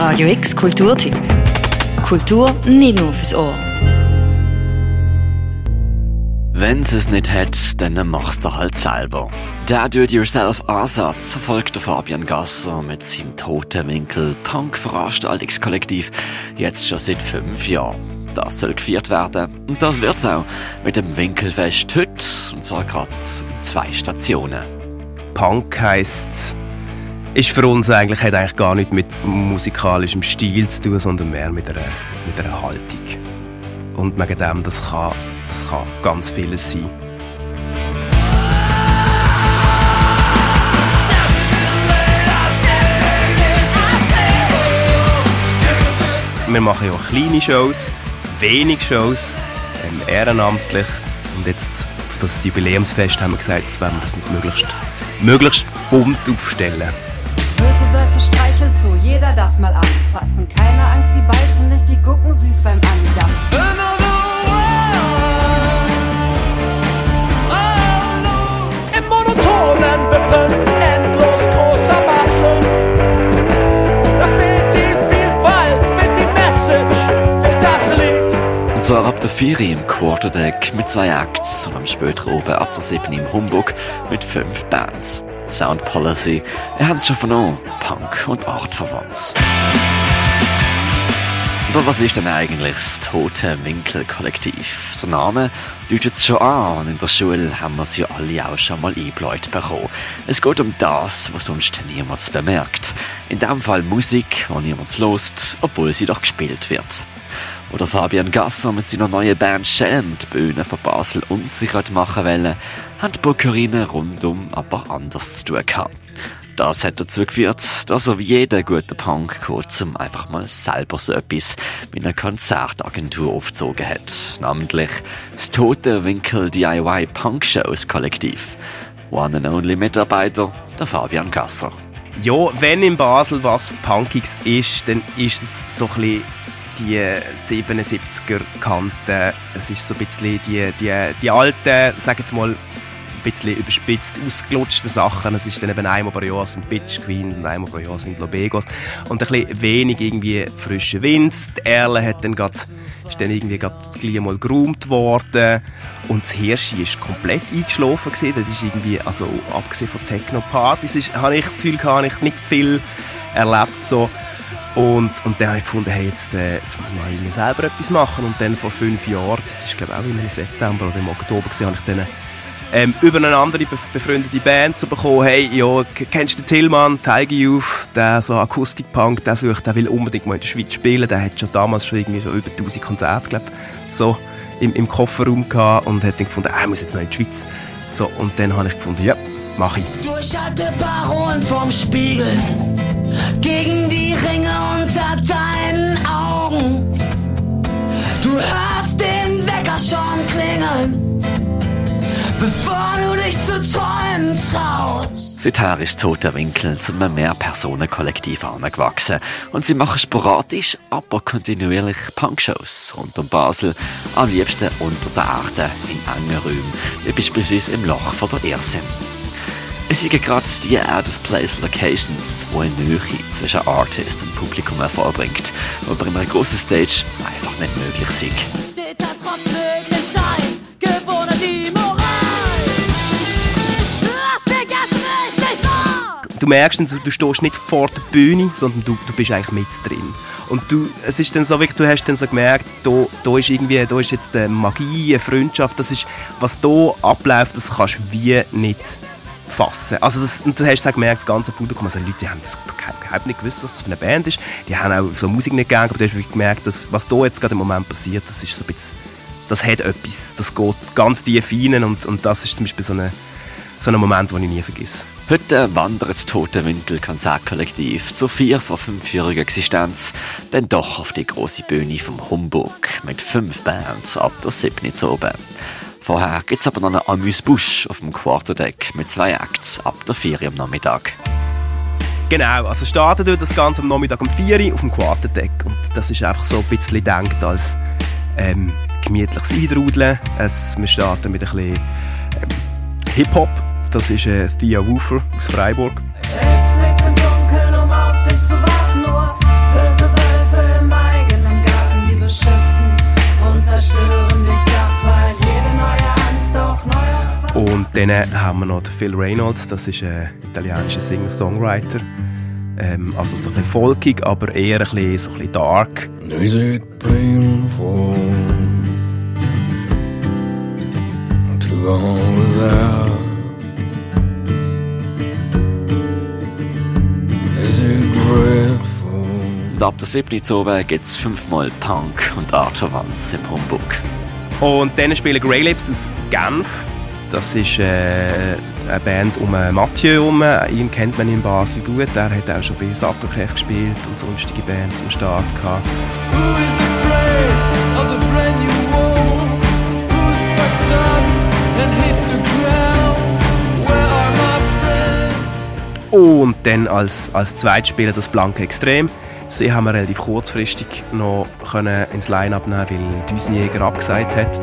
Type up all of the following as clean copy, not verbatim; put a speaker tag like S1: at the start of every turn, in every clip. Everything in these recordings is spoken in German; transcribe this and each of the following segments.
S1: Radio X Kulturtipp. Kultur nicht nur fürs Ohr.
S2: Wenn es nicht hat, dann machst du halt selber. Der Do-it-yourself-Ansatz verfolgt Fabian Gasser mit seinem Totenwinkel-Punk-Veranstaltungskollektiv jetzt schon seit 5 Jahren. Das soll gefeiert werden und das wird's auch mit dem Winkelfest heute, und zwar gerade in 2 Stationen.
S3: Punk heisst, hat eigentlich gar nicht mit musikalischem Stil zu tun, sondern mehr mit einer Haltung. Und wegen dem, das kann ganz vieles sein. Wir machen ja auch kleine Shows, wenig Shows, ehrenamtlich. Und jetzt auf das Jubiläumsfest haben wir gesagt, jetzt werden wir das möglichst bunt aufstellen.
S4: Böse Wölfe streicheln zu, jeder darf mal anfassen. Keine Angst, sie beißen nicht, die gucken süß beim Andampfen.
S5: Im monotonen Wippen endlos großer Massen. Da fehlt die Vielfalt, fehlt die Message, fehlt das Lied.
S2: Und zwar ab der 4 im Quarterdeck mit 2 Acts und am später oben ab der 7 im Humbug mit 5 Bands. Sound Policy, ihr habt es schon vernommen, Punk und Artverwandt. Aber was ist denn eigentlich das Totenwinkel-Kollektiv? Der Name deutet es schon an und in der Schule haben wir es ja alle auch schon mal eingebläut bekommen. Es geht um das, was sonst niemand bemerkt. In diesem Fall Musik, die niemand hört, obwohl sie doch gespielt wird. Oder Fabian Gasser mit seiner neuen Band Schelm die Bühne von Basel unsicher machen wollen, haben die Bookerinnen rundum aber anders zu tun gehabt. Das hat dazu geführt, dass er wie jeder gute Punk kurzum einfach mal selber so etwas wie eine Konzertagentur aufgezogen hat. Namentlich das Totenwinkel DIY Punk Shows Kollektiv. One and only Mitarbeiter, der Fabian Gasser.
S3: Ja, wenn in Basel was Punkiges ist, dann ist es so ein bisschen die 77er-Kante. Es ist so ein bisschen die alten, sag jetzt mal, ein bisschen überspitzt ausgelutschten Sachen. Es ist dann eben einmal pro Jahr sind Bitch Queens und einmal pro Jahr sind Lobegos. Und ein bisschen wenig irgendwie frische Wind. Die Erle ist dann irgendwie gleich mal geräumt worden. Und das Hirschi ist komplett eingeschlafen gewesen. Das ist irgendwie, also abgesehen von Techno-Partys, habe ich das Gefühl, habe ich nicht viel erlebt so. Und dann habe ich gefunden, hey, jetzt muss ich selber etwas machen. Und dann vor 5 Jahren, das ist glaube ich auch im September oder im Oktober, habe ich dann über eine andere befreundete Band so bekommen, hey, ja, kennst du den Tillmann, Tiger Youth, der so Akustik-Punk, der will unbedingt mal in der Schweiz spielen. Der hat schon damals irgendwie so über 1000 Konzerte, glaube ich, so im Kofferraum gehabt und hat dann gefunden, ich muss jetzt noch in die Schweiz. So, und dann habe ich gefunden, ja, mach ich.
S5: Durchalte Parolen vom Spiegel gegen die Ringe unter deinen Augen. Du hörst den Wecker schon klingeln, bevor du dich zu träumen traust.
S2: Seither ist Totenwinkel zu einem Mehrpersonen-Kollektiv angewachsen und sie machen sporadisch, aber kontinuierlich Punkshows rund um Basel, am liebsten unter der Erde in engen Räumen, wie beispielsweise im Loch von der Irrsinn. Es sind gerade die Out-of-Place-Locations, die eine Nähe zwischen Artist und Publikum hervorbringt, die bei einer grossen Stage einfach nicht möglich sind.
S4: Steht der Tropfen in den Stein, gewohnt die Moral. Lass vergessen nicht wahr.
S3: Du merkst, du stehst nicht vor der Bühne, sondern du bist eigentlich mit drin. Und es ist dann so, wie du hast dann so gemerkt, da ist jetzt eine Magie, eine Freundschaft, das ist, was da abläuft, das kannst du wie nicht fassen. Also du hast auch gemerkt, das ganze Publikum, also Leute, die haben überhaupt nicht gewusst, was das für eine Band ist. Die haben auch so Musik nicht gegangen, aber du hast wirklich gemerkt, dass, was da jetzt gerade im Moment passiert, das ist so ein bisschen, das hat etwas, das geht ganz tief rein und das ist zum Beispiel so ein Moment, den ich nie vergesse.
S2: Heute wandert das Totenwinkel-Konzertkollektiv zur 4 von 5-jährigen Existenz dann doch auf die grosse Bühne vom Humbug mit 5 Bands ab der 7. oben. Vorher gibt es aber noch einen Amuse-Bouche auf dem Quarterdeck mit 2 Acts ab der 4 am Nachmittag.
S3: Genau, also startet das Ganze am Nachmittag um 4 auf dem Quarterdeck und das ist einfach so ein bisschen gedacht als gemütliches Einrudeln. Wir starten mit ein bisschen Hip-Hop, das ist Thea Woofer aus Freiburg.
S4: Es ist nichts im Dunkeln, um auf dich zu warten, nur böse
S3: Dann haben wir noch Phil Reynolds, das ist ein italienischer Singer-Songwriter. Also so ein bisschen folkig, aber eher ein bisschen dark.
S6: Is it painful to go without? Is it dreadful?
S2: Und ab der 7. Uhr gibt es 5-mal Punk und Artverwandts im Humbug.
S3: Und dann spielen Grey Lips aus Genf. Das ist eine Band um Mathieu herum. Ihn kennt man in Basel gut. Er hat auch schon bei Sattelkräft gespielt und sonstige Bands am Start gehabt.
S5: Who is afraid of the brand new world? Who's fucked up and hit the ground? Where are my friends?
S3: Und dann als Zweitspieler das Blanke Extrem. Sie haben wir relativ kurzfristig noch ins Line-Up nehmen, weil die Düsenjäger abgesagt hat.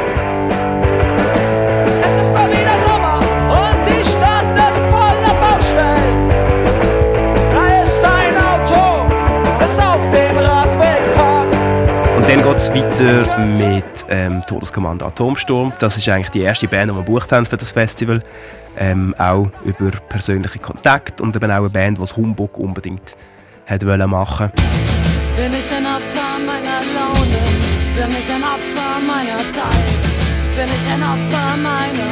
S5: Es ist mal wieder Sommer und die Stadt ist voller Baustellen. Da ist ein Auto, das auf dem Radweg parkt.
S3: Und dann geht es weiter mit Todeskommando Atomsturm. Das ist eigentlich die erste Band, die wir gebucht haben für das Festival. Auch über persönliche Kontakte und eben auch eine Band, die das Humbug unbedingt wollte machen.
S4: Bin ich ein Opfer meiner Laune? Bin ich ein Opfer meiner Zeit? Bin ich ein Opfer meiner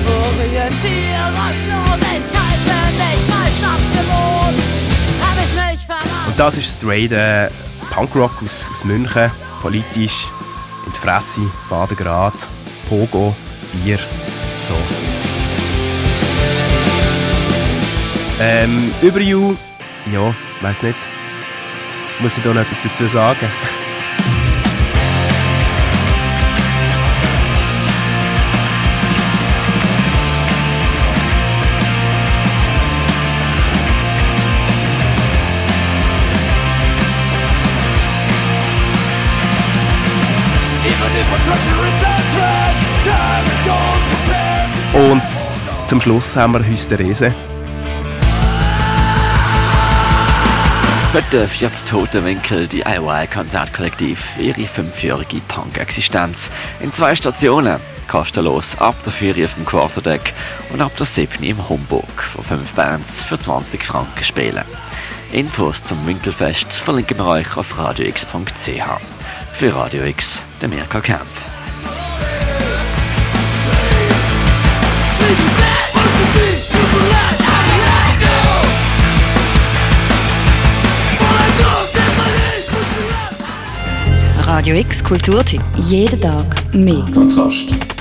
S4: Orientierungslosigkeit? Bin ich mal schattenlos? Hab ich mich verraten?
S3: Und das ist straight Punkrock aus München, politisch, in die Fresse, Badegrad, Pogo, Bier, so. Über You, ja, weiss nicht. Muss ich da noch etwas dazu sagen? Und zum Schluss haben wir Hysterese.
S2: Für den 40 Toten Winkel DIY-Konzertkollektiv ihre 5-jährige Punk-Existenz in 2 Stationen. Kostenlos ab der 4 auf dem Quarterdeck und ab der 7 im Humbug, wo 5 Bands für 20 Franken spielen. Infos zum Winkelfest verlinken wir euch auf radiox.ch. Für Radio X, der Mirka Kempf.
S1: Radio X Kulturtipp. Jeden Tag mehr.
S6: Kontrast.